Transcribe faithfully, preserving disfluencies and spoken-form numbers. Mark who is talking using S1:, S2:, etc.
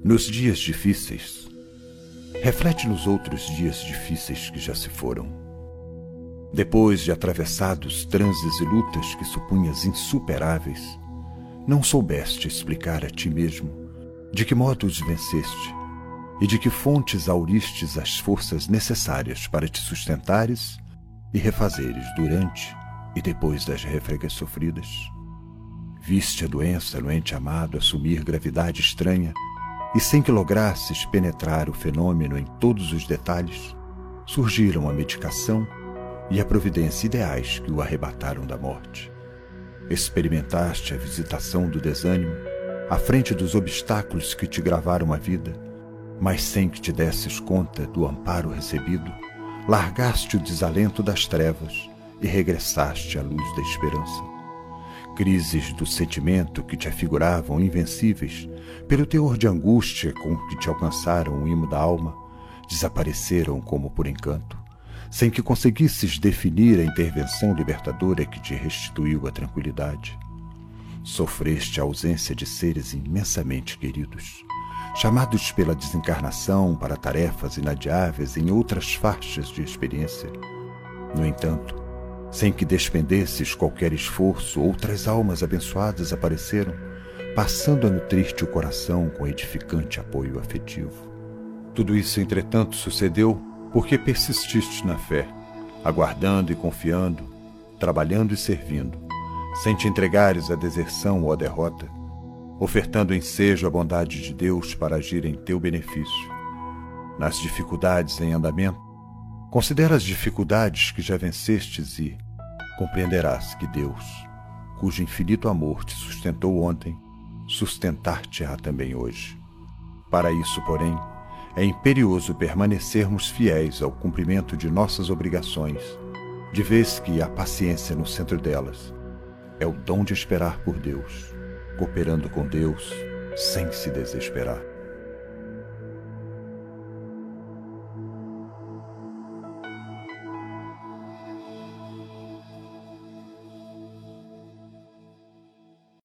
S1: Nos dias difíceis, reflete nos outros dias difíceis que já se foram. Depois de atravessados transes e lutas que supunhas insuperáveis, não soubeste explicar a ti mesmo de que modo os venceste e de que fontes auristes as forças necessárias para te sustentares e refazeres durante e depois das refregas sofridas. Viste a doença no ente amado assumir gravidade estranha e, sem que lograsses penetrar o fenômeno em todos os detalhes, surgiram a medicação e a providência ideais que o arrebataram da morte. Experimentaste a visitação do desânimo à frente dos obstáculos que te gravaram a vida, mas sem que te desses conta do amparo recebido, largaste o desalento das trevas e regressaste à luz da esperança. Crises do sentimento que te afiguravam invencíveis pelo teor de angústia com que te alcançaram o imo da alma, desapareceram como por encanto, sem que conseguisses definir a intervenção libertadora que te restituiu a tranquilidade. Sofreste a ausência de seres imensamente queridos, chamados pela desencarnação para tarefas inadiáveis em outras faixas de experiência. No entanto, sem que despendesses qualquer esforço, outras almas abençoadas apareceram, passando a nutrir-te o coração com edificante apoio afetivo. Tudo isso, entretanto, sucedeu porque persististe na fé, aguardando e confiando, trabalhando e servindo, sem te entregares à deserção ou à derrota, ofertando ensejo à bondade de Deus para agir em teu benefício. Nas dificuldades em andamento, considera as dificuldades que já vencestes e compreenderás que Deus, cujo infinito amor te sustentou ontem, sustentar-te-á também hoje. Para isso, porém, é imperioso permanecermos fiéis ao cumprimento de nossas obrigações, de vez que a paciência no centro delas é o dom de esperar por Deus, cooperando com Deus sem se desesperar.